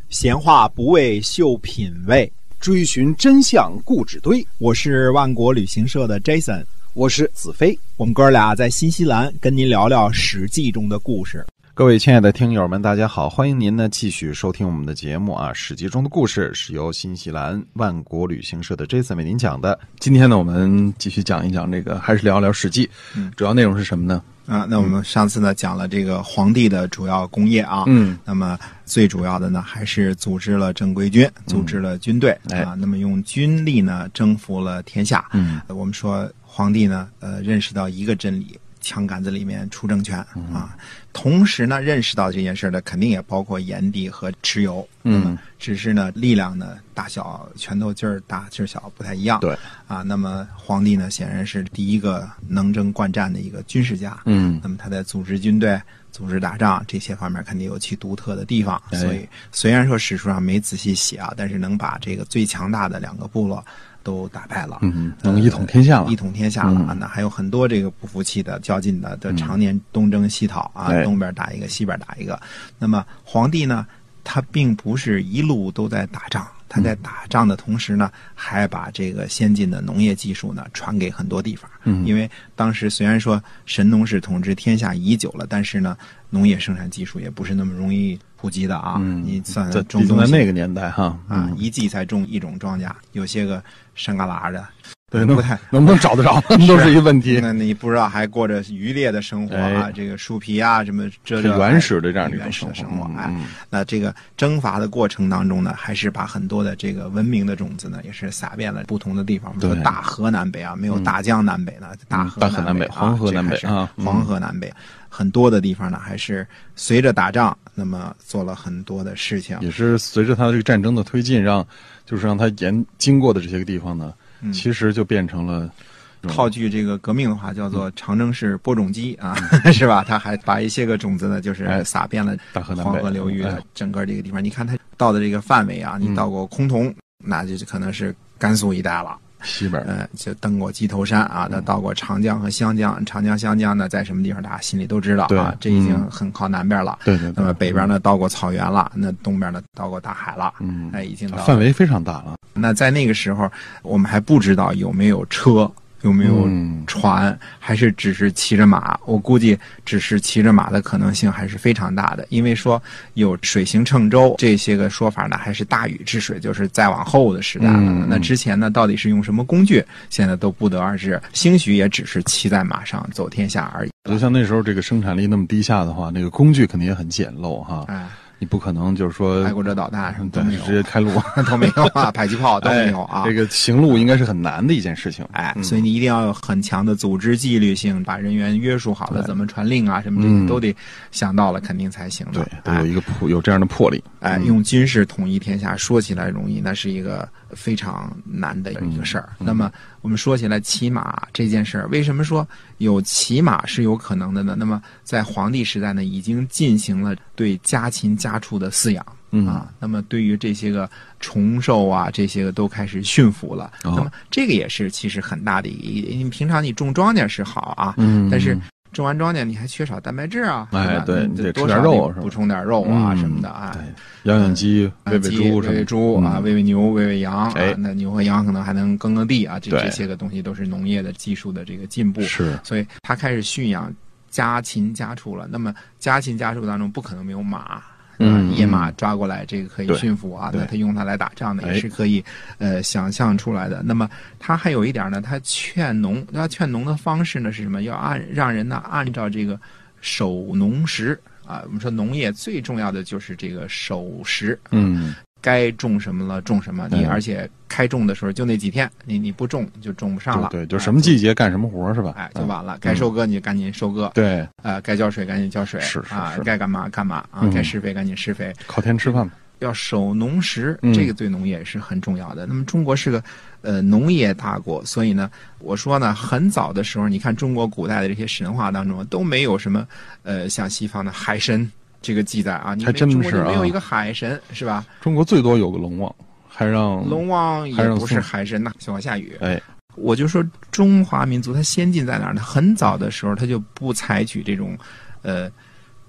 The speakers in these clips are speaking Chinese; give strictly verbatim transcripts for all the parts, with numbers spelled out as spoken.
闲话不为秀品味， 追寻真相故纸堆。 我是万国旅行社的 Jason， 我是子飞。 我们哥俩在新西兰跟您聊聊《史记》中的故事。 各位亲爱的听友们，大家好，欢迎您呢继续收听我们的节目啊。《史记》中的故事是由新西兰万国旅行社的 Jason 为您讲的。今天呢，我们继续讲一讲这个，还是聊聊《史记》，嗯，主要内容是什么呢？ 啊，那我们上次呢讲了这个皇帝的主要功业啊，嗯，那么最主要的呢还是组织了正规军，组织了军队、嗯、啊，那么用军力呢征服了天下。嗯，我们说皇帝呢，呃，认识到一个真理。枪杆子里面出政权啊！同时呢，认识到这件事的肯定也包括炎帝和蚩尤，嗯，只是呢力量呢大小、拳头劲儿大劲儿小不太一样。对啊，那么皇帝呢显然是第一个能征惯战的一个军事家，嗯，那么他在组织军队、组织打仗这些方面肯定有其独特的地方。哎、所以虽然说史书上没仔细写啊，但是能把这个最强大的两个部落都打败了， 嗯，能一统天下了， 呃、一统天下了、嗯、那还有很多这个不服气的、较劲的，都常年东征西讨啊、嗯，东边打一个，西边打一个。那么皇帝呢，他并不是一路都在打仗，他在打仗的同时呢，还把这个先进的农业技术呢传给很多地方。嗯，因为当时虽然说神农氏统治天下已久了，但是呢，农业生产技术也不是那么容易普及的啊。嗯，你算在种东西在那个年代哈啊，一季才种一种庄稼，有些个山旮旯的。 对，不太能不能找得着，都是一个问题。 那你不知道还过着渔猎的生活啊，哎、这个树皮啊，什么这这原始的这样的原始的生活。哎、嗯，那这个征伐的过程当中呢，还是把很多的这个文明的种子呢，也是撒遍了不同的地方。对，大河南北啊，没有大江南北呢，嗯、大河南北、 啊、 黄河南北啊， 黄河南北。很多的地方呢，还是随着打仗，那么做了很多的事情。 也是随着他这个战争的推进，让就是让他沿经过的这些个地方呢。嗯、其实就变成了， 套句这个革命的话，叫做长征式播种机啊，嗯、是吧？他还把一些个种子呢，就是撒遍了黄河流域的整个这个地方。哎、你看他到的这个范围啊，你到过崆峒，嗯、那就可能是甘肃一带了。 西边， 呃，就登过鸡头山啊，他到过长江和湘江，长江、湘江呢，在什么地方大家心里都知道啊，这已经很靠南边了。 对对。 那么北边呢，到过草原了，那东边呢，到过大海了。嗯，哎，已经到范围非常大了。 那在那个时候，我们还不知道有没有车。有没有船、嗯、还是只是骑着马，我估计只是骑着马的可能性还是非常大的，因为说有水行乘舟这些个说法呢，还是大禹治水，就是再往后的时代了、嗯、那之前呢到底是用什么工具现在都不得而知，兴许也只是骑在马上走天下而已。 就像那时候这个生产力那么低下的话，那个工具肯定也很简陋哈。哎，你不可能就是说爱国者导弹什么都没有， 直接开路都没有啊，迫击炮都没有啊、 哎。这个行路应该是很难的一件事情， 哎，嗯、所以你一定要有很强的组织纪律性，把人员约束好了，怎么传令啊，什么这些都得想到了，肯定才行的。 对，都有一个魄、哎，有这样的魄力。 哎，用军事统一天下，说起来容易，那是一个非常难的一个事儿、嗯。那么我们说起来骑马这件事儿，为什么说有骑马是有可能的呢？那么在皇帝时代呢，已经进行了对家禽家畜的饲养。嗯啊，那么对于这些个虫兽啊，这些个都开始驯服了。哦、那么这个也是其实很大的一个，你平常你种庄稼是好啊，嗯，但是种完庄稼你还缺少蛋白质啊， 哎，对，你得吃点肉，补充点肉啊、嗯、什么的啊。 对，养养鸡，喂喂猪， 喂喂猪啊，喂喂牛，喂喂羊。哎，那牛和羊可能还能耕耕地啊，这这些个东西都是农业的技术的这个进步。 是， 所以他开始驯养家禽家畜了。那么家禽家畜当中不可能没有马。嗯，野马抓过来，这个可以驯服啊。那他用它来打仗呢，也是可以，呃，想象出来的。那么他还有一点呢，他劝农，他劝农的方式呢是什么？要按让人呢按照这个守农时啊。我们说农业最重要的就是这个守时。嗯。该种什么了种什么，你而且开种的时候就那几天，你你不种就种不上了。 对，对就什么季节干什么活是吧？ 哎，就完了。嗯、该收割你就赶紧收割。 对， 呃，该浇水赶紧浇水。 是是是。 啊，该干嘛干嘛啊，嗯、该施肥赶紧施肥。 靠天吃饭嘛。 要守农时，这个对农业是很重要的。嗯、那么中国是个呃农业大国，所以呢，我说呢，很早的时候，你看中国古代的这些神话当中都没有什么呃像西方的海神。这个记载啊，你还真是没有一个海神、啊、是吧？ 中国最多有个龙王，还让龙王也不是海神呐，喜欢下雨。 哎， 我就说中华民族它先进在哪儿呢？很早的时候，它就不采取这种，呃，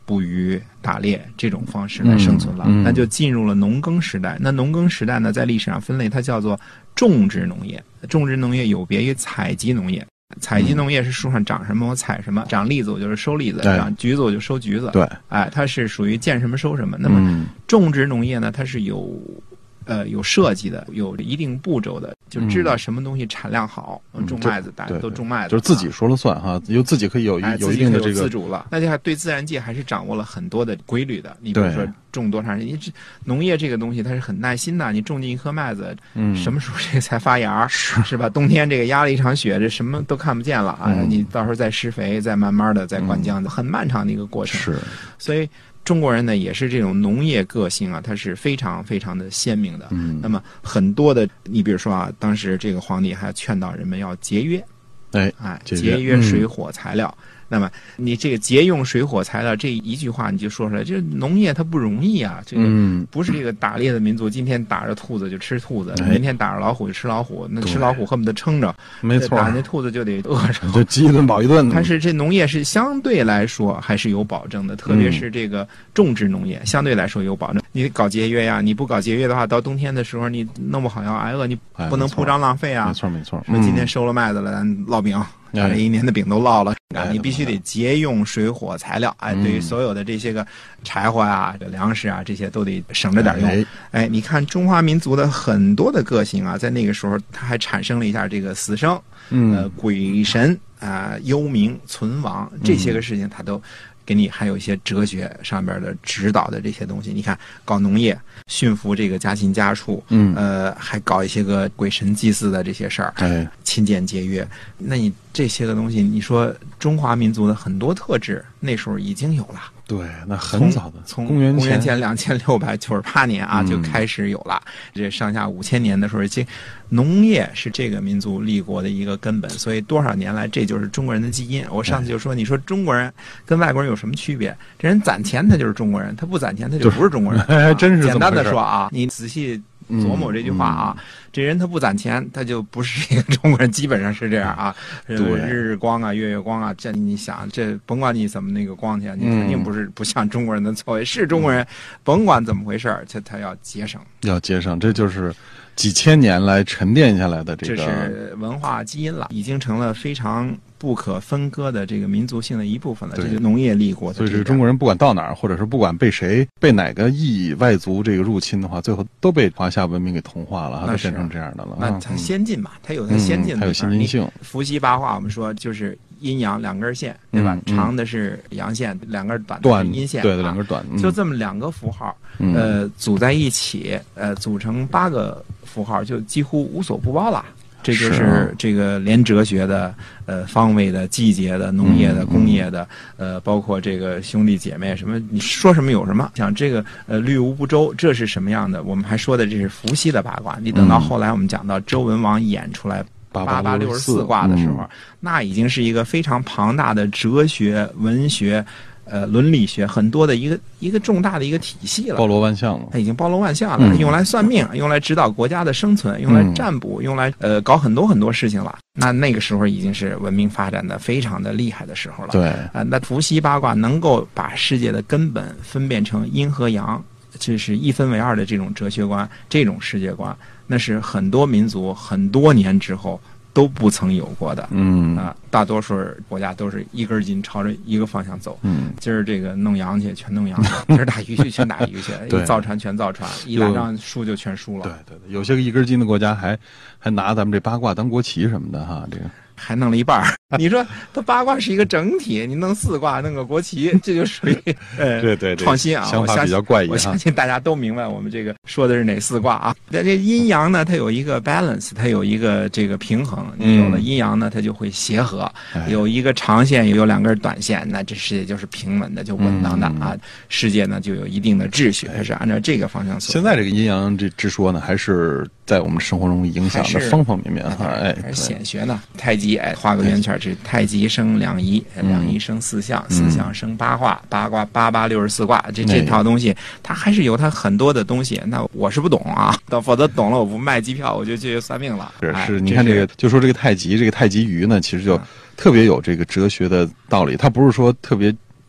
捕鱼、打猎这种方式来生存了， 嗯嗯、 那就进入了农耕时代。那农耕时代呢，在历史上分类，它叫做种植农业。种植农业有别于采集农业。采集农业是树上长什么我采什么，长栗子我就是收栗子，长橘子我就收橘子。 对， 哎，它是属于见什么收什么。那么种植农业呢，它是有呃有设计的，有一定步骤的，就知道什么东西产量好。嗯、种麦子大家都种麦子， 就是自己说了算哈，有自己可以有、 哎、 有一定的这个自主了。那就对自然界还是掌握了很多的规律的。你比如说种多长时间，农业这个东西它是很耐心的，你种进一颗麦子，嗯，什么时候这个才发芽，是是吧？冬天这个压了一场雪，这什么都看不见了啊！嗯、你到时候再施肥，再慢慢的再灌浆，嗯、很漫长的一个过程。 是， 所以中国人呢也是这种农业个性啊，它是非常非常的鲜明的。嗯，那么很多的，你比如说啊，当时这个皇帝还劝导人们要节约， 哎哎，节约水火材料。嗯，那么你这个节用水火材料这一句话你就说出来，就是农业它不容易啊，这个不是这个打猎的民族，今天打着兔子就吃兔子，明天打着老虎就吃老虎，那吃老虎恨不得撑着， 没错， 打那兔子就得饿着， 就饥一顿饱一顿。 但是这农业是相对来说还是有保证的，特别是这个种植农业相对来说有保证。你搞节约呀，你不搞节约的话，到冬天的时候你弄不好要挨饿，你不能铺张浪费啊。 没错没错， 说今天收了麦子了，咱烙饼。把这一年的饼都烙了， 哎、 你必须得节用水火材料。哎，对于所有的这些个柴火啊、这粮食啊，这些都得省着点用。哎, 哎，你看中华民族的很多的个性啊，在那个时候，它还产生了一下这个死生， 嗯， 呃，鬼神啊、呃、幽冥存亡这些个事情，它都给你还有一些哲学上边的指导的这些东西。你看，搞农业驯服这个家禽家畜，嗯，呃，还搞一些个鬼神祭祀的这些事儿， 哎， 勤俭节约。那你这些个东西，你说中华民族的很多特质，那时候已经有了。 对，那很早的， 从公元公元前两千六百九十八年啊、嗯、就开始有了。这上下五千年的时候，这农业是这个民族立国的一个根本，所以多少年来这就是中国人的基因。我上次就说，你说中国人跟外国人有什么区别？这人攒钱他就是中国人，他不攒钱他就不是中国人。 还真是简单的说啊，你仔细琢磨这句话啊，嗯嗯、这人他不攒钱，他就不是一个中国人，基本上是这样啊。日日光啊，月月光啊，这你想，这甭管你怎么那个光去，你肯定不是不像中国人的作为。是中国人，甭管怎么回事，他他要节省， 要节省，这就是几千年来沉淀下来的这个， 这是文化基因了，已经成了非常不可分割的这个民族性的一部分了。这就农业立国的， 所以这个中国人不管到哪儿，或者是不管被谁被哪个异外族这个入侵的话，最后都被华夏文明给同化了，它变成这样的了。 那它先进嘛，它有它先进的， 它有先进性。 伏羲八卦我们说就是阴阳两根线，对吧？ 嗯、 长的是阳线，两根短的是阴线， 对，两根短， 嗯、就这么两个符号，呃，组在一起，呃，组成八个符号，就几乎无所不包了。这就是这个连哲学的、呃方位的、季节的、农业的、工业的，呃，包括这个兄弟姐妹什么，你说什么有什么。像这个呃绿无不周，这是什么样的？我们还说的这是伏羲的八卦。你等到后来我们讲到周文王演出来八八六十四卦的时候，那已经是一个非常庞大的哲学、文学。呃，伦理学很多的一个一个重大的一个体系了， 包罗万象了。 它已经包罗万象了，嗯、用来算命，用来指导国家的生存，用来占卜，嗯、用来呃搞很多很多事情了。那那个时候已经是文明发展的非常的厉害的时候了。 对， 啊、呃，那伏羲八卦能够把世界的根本分辨成阴和阳，这是一分为二的这种哲学观，这种世界观，那是很多民族很多年之后都不曾有过的。 嗯啊，大多数国家都是一根筋朝着一个方向走。 嗯， 今儿这个弄洋去全弄洋去，今儿打鱼去全打鱼去，一造船全造船，一打仗输就全输了。 对对对，有些个一根筋的国家还还拿咱们这八卦当国旗什么的哈，这个。 还弄了一半儿，你说它八卦是一个整体，你弄四卦弄个国旗，这就属于呃对对对创新啊， 想法比较怪异。 我相信大家都明白我们这个说的是哪四卦啊。在这阴阳呢，它有一个 balance， 它有一个这个平衡。你有了阴阳呢，它就会协和。 嗯、 有一个长线，有两根短线，那这世界就是平稳的，就稳当的、嗯、啊。世界呢就有一定的秩序，它是按照这个方向走。 现在这个阴阳这之说呢，还是在我们生活中影响的方方面面哈。哎， 还是显学呢，太极。哎，画个圆圈，这太极生两仪，两仪生四象，四象生八卦，八卦八八六十四卦。这这套东西，它还是有它很多的东西。那我是不懂啊，否则懂了我不卖机票，我就去算命了。 是是，你看这个，就说这个太极，这个太极鱼呢，其实就特别有这个哲学的道理。它不是说特别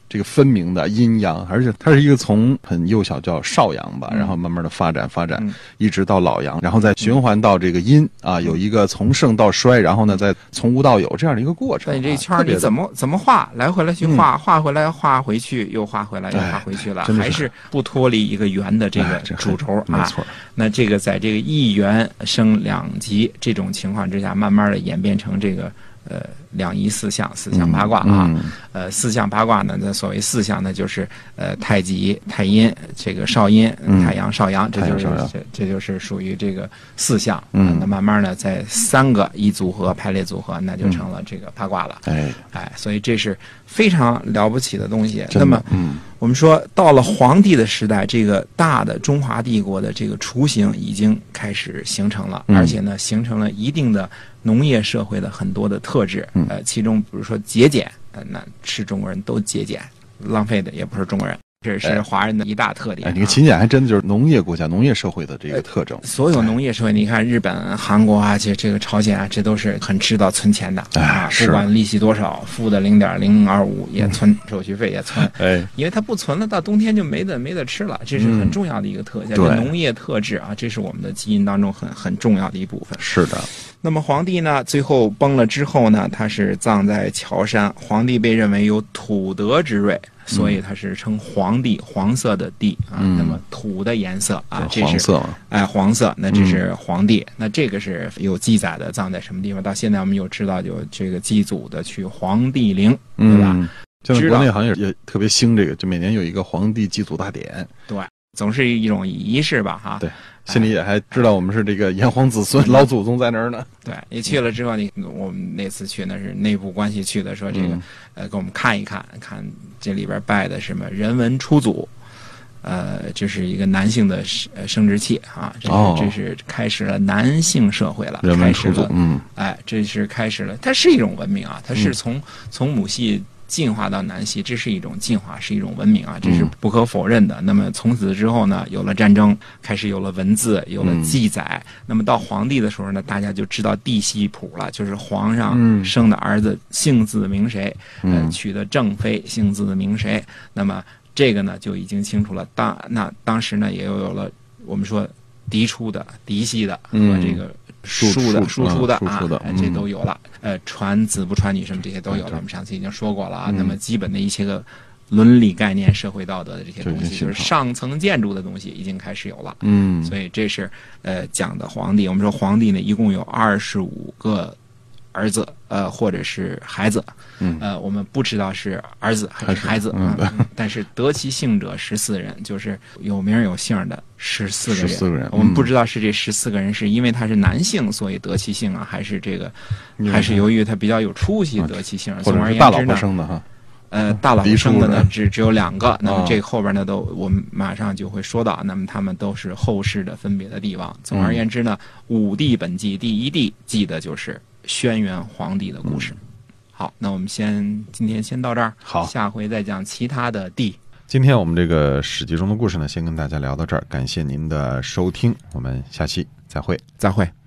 这个分明的阴阳，而且它是一个从很幼小叫少阳吧， 嗯、 然后慢慢的发展发展、嗯，一直到老阳，然后再循环到这个阴啊，有一个从盛到衰，然后呢再从无到有这样的一个过程。 对，这一圈你怎么怎么画，来回来去画，嗯、画回来画回去，又画回来又画回去了， 哎、 还是不脱离一个圆的这个主轴、 哎、 啊。 没错。 那这个在这个一元生两极这种情况之下，慢慢的演变成这个。呃，两仪四象，四象八卦啊。 嗯嗯、 呃，四象八卦呢，那所谓四象呢，就是呃太极、太阴，这个少阴、 嗯、 太阳、少阳，这就是这这就是属于这个四象。 嗯， 呃、那慢慢的在三个一组合排列组合，那就成了这个八卦了。 哎、 嗯、哎，所以这是非常了不起的东西。 那么， 嗯。 我们说到了黄帝的时代，这个大的中华帝国的这个雏形已经开始形成了， 嗯、 而且呢，形成了一定的农业社会的很多的特质。 嗯、 呃，其中比如说节俭，呃，那是中国人都节俭，浪费的也不是中国人。这是华人的一大特点。 哎，这个勤俭还真的就是农业国家、农业社会的这个特征。 所有农业社会，你看日本、韩国啊，这这个朝鲜啊，这都是很知道存钱的啊。不管利息多少，负的零点零二五也存，手续费也存。 哎， 因为它不存了，到冬天就没得没得吃了，这是很重要的一个特点。 对， 农业特质啊，这是我们的基因当中很很重要的一部分。 是的。 那么皇帝呢，最后崩了之后呢，他是葬在乔山。皇帝被认为有土德之瑞。所以它是称黄帝，黄色的帝啊。 嗯、 那么土的颜色啊，这是黄色， 哎，黄色。那这是黄帝、嗯，那这个是有记载的，葬在什么地方？到现在我们有知道有这个祭祖的去黄帝陵，对吧？ 嗯，现在国内好像也特别兴这个，就每年有一个黄帝祭祖大典。 对，总是一种仪式吧，哈。 对。心里也还知道我们是这个炎黄子孙，老祖宗在那儿呢。 对，你去了之后，你我们那次去那是内部关系去的，说这个、嗯、呃，给我们看一看，看这里边拜的什么人文初祖，呃，这是一个男性的生殖器啊，这是、哦、这是开始了男性社会了， 人文初祖， 嗯，哎，这是开始了，它是一种文明啊，它是从、嗯、从母系。进化到男系，这是一种进化，是一种文明啊，这是不可否认的。嗯、那么从此之后呢，有了战争，开始有了文字，有了记载。嗯、那么到皇帝的时候呢，大家就知道地系谱了，就是皇上生的儿子姓字名谁， 嗯、 呃，娶的正妃姓字的名谁。那么这个呢就已经清楚了。当那当时呢也有了我们说嫡出的、嫡系的和这个。输的、输出的啊，这都有了。呃，传子不传女什么这些都有了。我们上次已经说过了啊。那么基本的一些个伦理概念、社会道德的这些东西，就是上层建筑的东西已经开始有了。 嗯， 所以这是呃讲的皇帝。我们说皇帝呢，一共有二十五个儿子，呃，或者是孩子。 嗯， 呃，我们不知道是儿子还是孩子啊、嗯。但是得其姓者十四人，就是有名有姓的十四个人。 十四个人， 我们不知道是这十四个人是因为他是男性所以得其姓啊，还是这个，还是由于他比较有出息得其姓。总而言之呢， 大老婆生的哈。 呃，大老婆生的呢，只只有两个。那么这后边呢，都我们马上就会说到。那么他们都是后世的分别的帝王。总而言之呢，五帝本纪第一帝记的就是轩辕黄帝的故事。嗯、好，那我们先今天先到这儿， 好， 下回再讲其他的帝。 今天我们这个史记中的故事呢，先跟大家聊到这儿，感谢您的收听，我们下期再会， 再会。